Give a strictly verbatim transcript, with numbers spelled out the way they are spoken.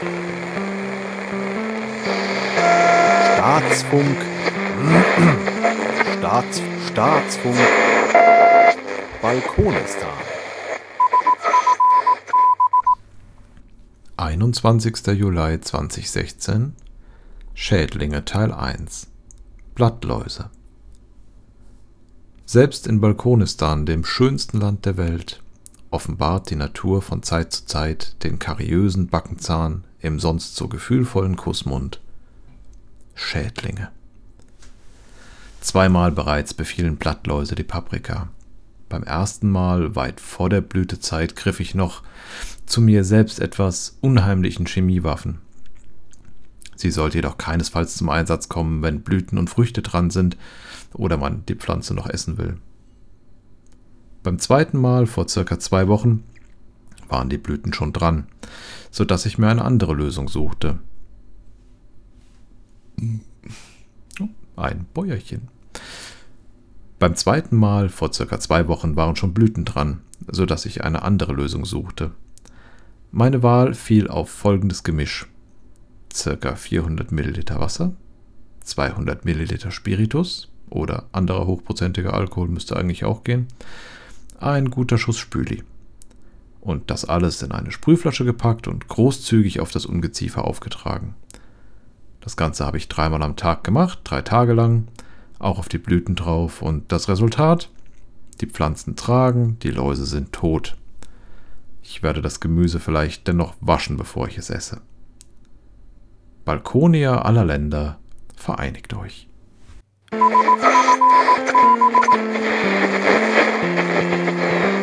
Staatsfunk. Staats, Staatsfunk. Balkonistan. einundzwanzigster Juli zweitausendsechzehn. Schädlinge Teil eins. Blattläuse. Selbst in Balkonistan, dem schönsten Land der Welt, offenbart die Natur von Zeit zu Zeit den kariösen Backenzahn im sonst so gefühlvollen Kussmund. Schädlinge. Zweimal bereits befielen Blattläuse die Paprika. Beim ersten Mal, weit vor der Blütezeit, griff ich noch zu mir selbst etwas unheimlichen Chemiewaffen. Sie sollte jedoch keinesfalls zum Einsatz kommen, wenn Blüten und Früchte dran sind oder man die Pflanze noch essen will. Beim zweiten Mal, vor circa zwei Wochen, waren die Blüten schon dran, sodass ich mir eine andere Lösung suchte. Ein Bäuerchen. Beim zweiten Mal, vor circa zwei Wochen, waren schon Blüten dran, sodass ich eine andere Lösung suchte. Meine Wahl fiel auf folgendes Gemisch. Circa vierhundert Milliliter Wasser, zweihundert Milliliter Spiritus oder anderer hochprozentiger Alkohol müsste eigentlich auch gehen, ein guter Schuss Spüli. Und das alles in eine Sprühflasche gepackt und großzügig auf das Ungeziefer aufgetragen. Das Ganze habe ich dreimal am Tag gemacht, drei Tage lang, auch auf die Blüten drauf. Und das Resultat? Die Pflanzen tragen, die Läuse sind tot. Ich werde das Gemüse vielleicht dennoch waschen, bevor ich es esse. Balkonier aller Länder, vereinigt euch. Musik